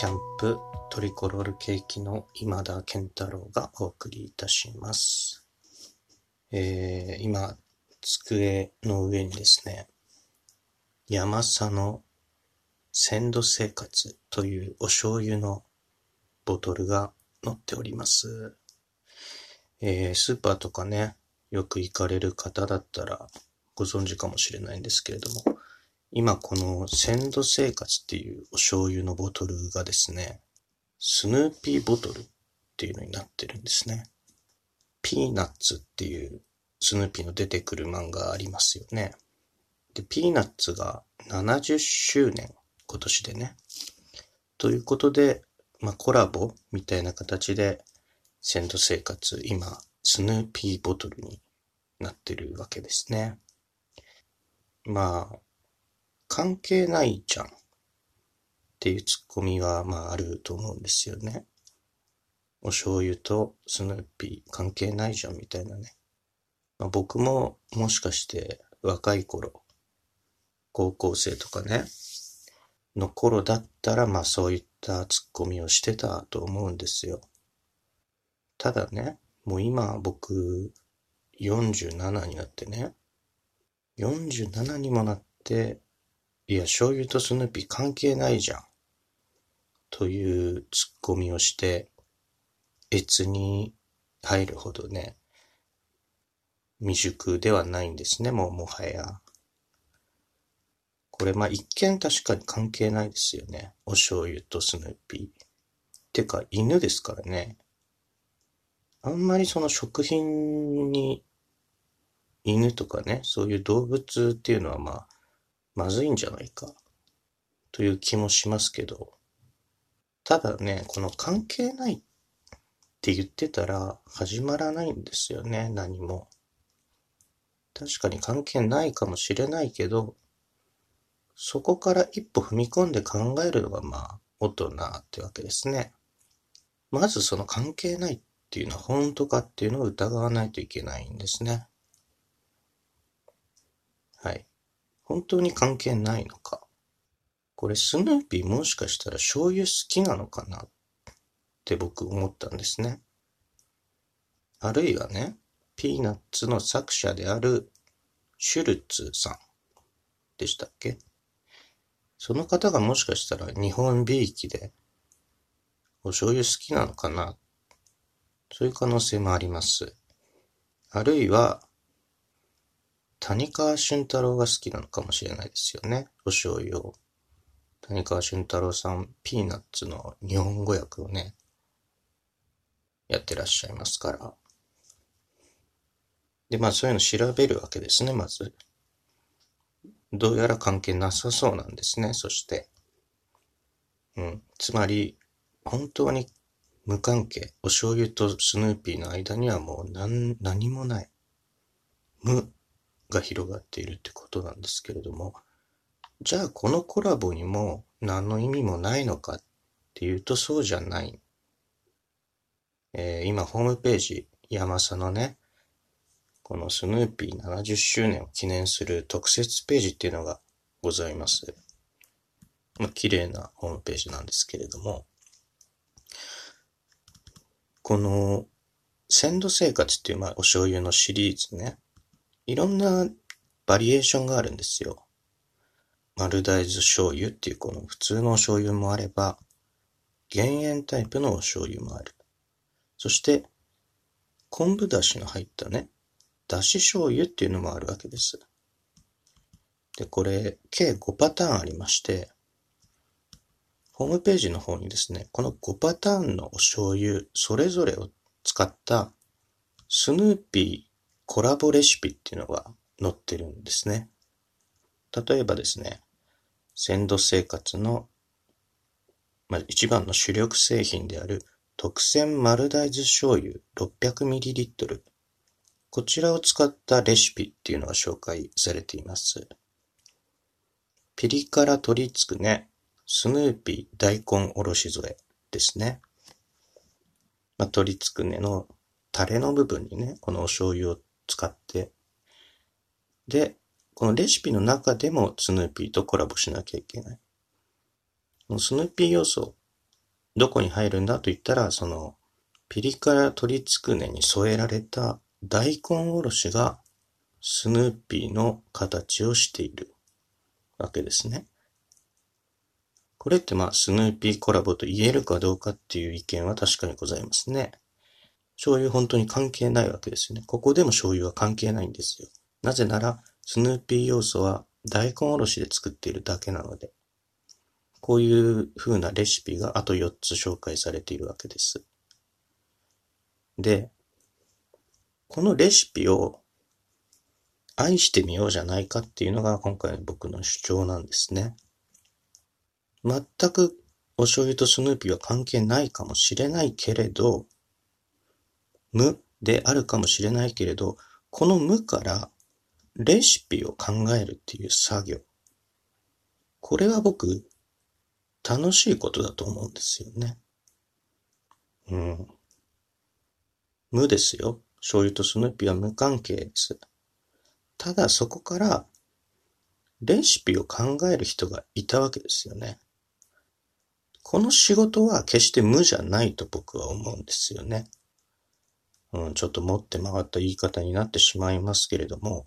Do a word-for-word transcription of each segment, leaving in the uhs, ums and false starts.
キャンプトリコロールケーキの今田健太郎がお送りいたします。えー、今、机の上にですね、ヤマサの鮮度生活というお醤油のボトルが載っております。えー、スーパーとかね、よく行かれる方だったらご存知かもしれないんですけれども、今この鮮度生活っていうお醤油のボトルがですね、スヌーピーボトルっていうのになってるんですね。ピーナッツっていうスヌーピーの出てくる漫画ありますよね。で、ピーナッツがななじゅっしゅうねん、今年でね。ということで、まあコラボみたいな形で鮮度生活、今、スヌーピーボトルになってるわけですね。まあ、関係ないじゃんっていうツッコミはまああると思うんですよね。お醤油とスヌーピー関係ないじゃんみたいなね。まあ、僕ももしかして若い頃、高校生とかね、の頃だったらまあそういったツッコミをしてたと思うんですよ。ただね、もう今僕よんじゅうななになってね、よんじゅうななにもなって、いや醤油とスヌーピー関係ないじゃんというツッコミをして、越に入るほどね、未熟ではないんですね、もうもはや。これまあ一見確かに関係ないですよね。お醤油とスヌーピー。てか犬ですからね。あんまりその食品に犬とかね、そういう動物っていうのはまあ、まずいんじゃないかという気もしますけど、ただね、この関係ないって言ってたら始まらないんですよね、何も。確かに関係ないかもしれないけど、そこから一歩踏み込んで考えるのがまあ、大人ってわけですね。まずその関係ないっていうのは本当かっていうのを疑わないといけないんですね。はい。本当に関係ないのか。これスヌーピーもしかしたら醤油好きなのかなって僕思ったんですね。あるいはね、ピーナッツの作者であるシュルツさんでしたっけ？その方がもしかしたら日本びいきでお醤油好きなのかな、そういう可能性もあります。あるいは谷川俊太郎が好きなのかもしれないですよね、お醤油を。谷川俊太郎さん、ピーナッツの日本語訳をね、やってらっしゃいますから。で、まあそういうの調べるわけですね、まず。どうやら関係なさそうなんですね、そして。うん。つまり、本当に無関係。お醤油とスヌーピーの間にはもう何、何もない。無が広がっているってことなんですけれども、じゃあこのコラボにも何の意味もないのかっていうとそうじゃない。えー今ホームページ、ヤマサのね、このスヌーピーななじゅっしゅうねんを記念する特設ページっていうのがございます。まあ、綺麗なホームページなんですけれども、この鮮度生活っていうまあお醤油のシリーズね、いろんなバリエーションがあるんですよ。丸大豆醤油っていうこの普通のお醤油もあれば、減塩タイプのお醤油もある。そして、昆布だしの入ったね、だし醤油っていうのもあるわけです。で、これ、計ごパターンありまして、ホームページの方にですね、このごパターンのお醤油、それぞれを使ったスヌーピーコラボレシピっていうのが載ってるんですね。例えばですね、鮮度生活の、まあ、一番の主力製品である特選丸大豆醤油 ろっぴゃくミリリットル。こちらを使ったレシピっていうのが紹介されています。ピリ辛鶏つくね、スヌーピー大根おろし添えですね。まあ、鶏つくねのタレの部分にね、このお醤油を使って、で、このレシピの中でもスヌーピーとコラボしなきゃいけない。このスヌーピー要素どこに入るんだと言ったら、その、ピリ辛鶏つくねに添えられた大根おろしがスヌーピーの形をしているわけですね。これってまあ、スヌーピーコラボと言えるかどうかっていう意見は確かにございますね。醤油本当に関係ないわけですよね。ここでも醤油は関係ないんですよ。なぜなら、スヌーピー要素は大根おろしで作っているだけなので。こういう風なレシピがあとよっつ紹介されているわけです。で、このレシピを愛してみようじゃないかっていうのが今回の僕の主張なんですね。全くお醤油とスヌーピーは関係ないかもしれないけれど、無であるかもしれないけれど、この無からレシピを考えるっていう作業。これは僕、楽しいことだと思うんですよね。うん。無ですよ。醤油とスヌーピーは無関係です。ただそこからレシピを考える人がいたわけですよね。この仕事は決して無じゃないと僕は思うんですよね。うん、ちょっと持って回った言い方になってしまいますけれども、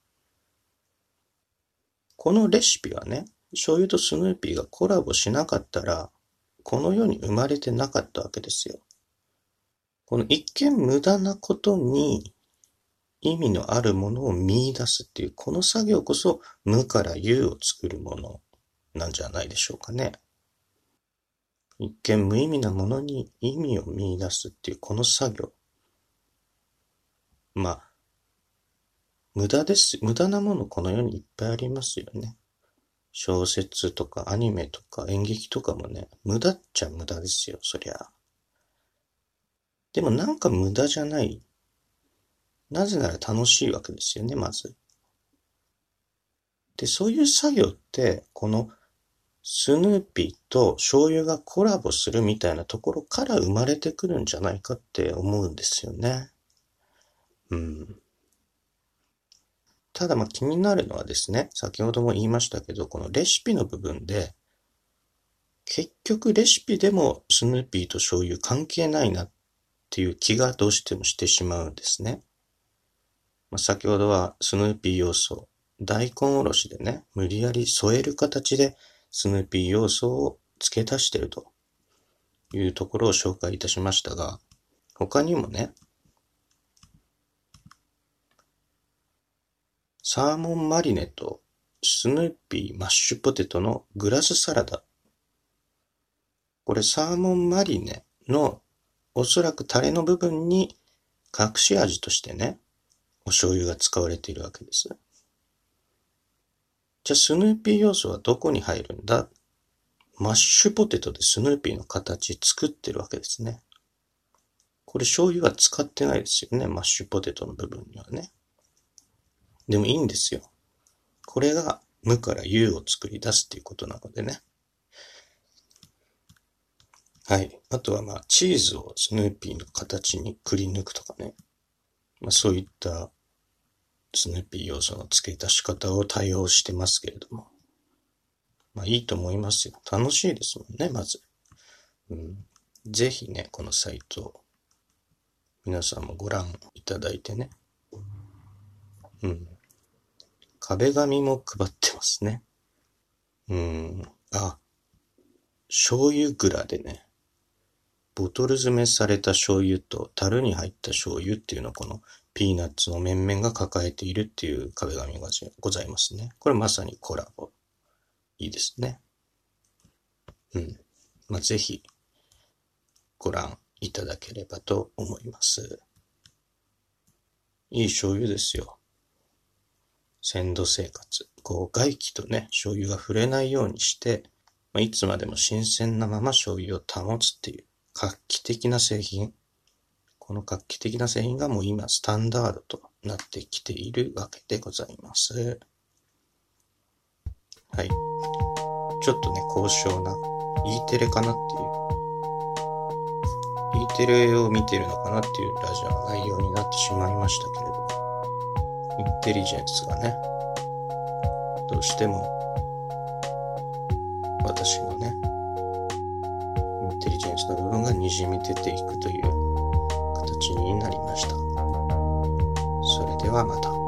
このレシピはね、醤油とスヌーピーがコラボしなかったら、この世に生まれてなかったわけですよ。この一見無駄なことに意味のあるものを見出すっていう、この作業こそ無から有を作るものなんじゃないでしょうかね。一見無意味なものに意味を見出すっていうこの作業。まあ、無駄です。無駄なものこの世にいっぱいありますよね。小説とかアニメとか演劇とかもね、無駄っちゃ無駄ですよ、そりゃ。でもなんか無駄じゃない。なぜなら楽しいわけですよね、まず。で、そういう作業って、このスヌーピーと醤油がコラボするみたいなところから生まれてくるんじゃないかって思うんですよね。うん。ただまあ気になるのはですね、先ほども言いましたけど、このレシピの部分で、結局レシピでもスヌーピーと醤油関係ないなっていう気がどうしてもしてしまうんですね。まあ、先ほどはスヌーピー要素、大根おろしでね、無理やり添える形でスヌーピー要素を付け足しているというところを紹介いたしましたが、他にもね、サーモンマリネとスヌーピーマッシュポテトのグラスサラダ。これサーモンマリネのおそらくタレの部分に隠し味としてね、お醤油が使われているわけです。じゃあスヌーピー要素はどこに入るんだ？マッシュポテトでスヌーピーの形作ってるわけですね。これ醤油は使ってないですよね、マッシュポテトの部分にはね。でもいいんですよ。これが無から有を作り出すっていうことなのでね。はい。あとはまあ、チーズをスヌーピーの形にくり抜くとかね。まあそういったスヌーピー要素の付け足し方を対応してますけれども。まあいいと思いますよ。楽しいですもんね、まず。うん、ぜひね、このサイト、皆さんもご覧いただいてね。うん。壁紙も配ってますね。うん。あ、醤油蔵でね、ボトル詰めされた醤油と樽に入った醤油っていうのをこのピーナッツの面々が抱えているっていう壁紙がございますね。これまさにコラボ。いいですね。うん。まあ、ぜひご覧いただければと思います。いい醤油ですよ。鮮度生活。こう外気とね、醤油が触れないようにして、まあ、いつまでも新鮮なまま醤油を保つっていう画期的な製品。この画期的な製品がもう今スタンダードとなってきているわけでございます。はい。ちょっとね、高尚な E テレかなっていう、E テレを見てるのかなっていうラジオの内容になってしまいましたけれども、インテリジェンスがね、どうしても私のね、 ンテリジェンスの部分がにじみ出ていくという形になりました。それではまた。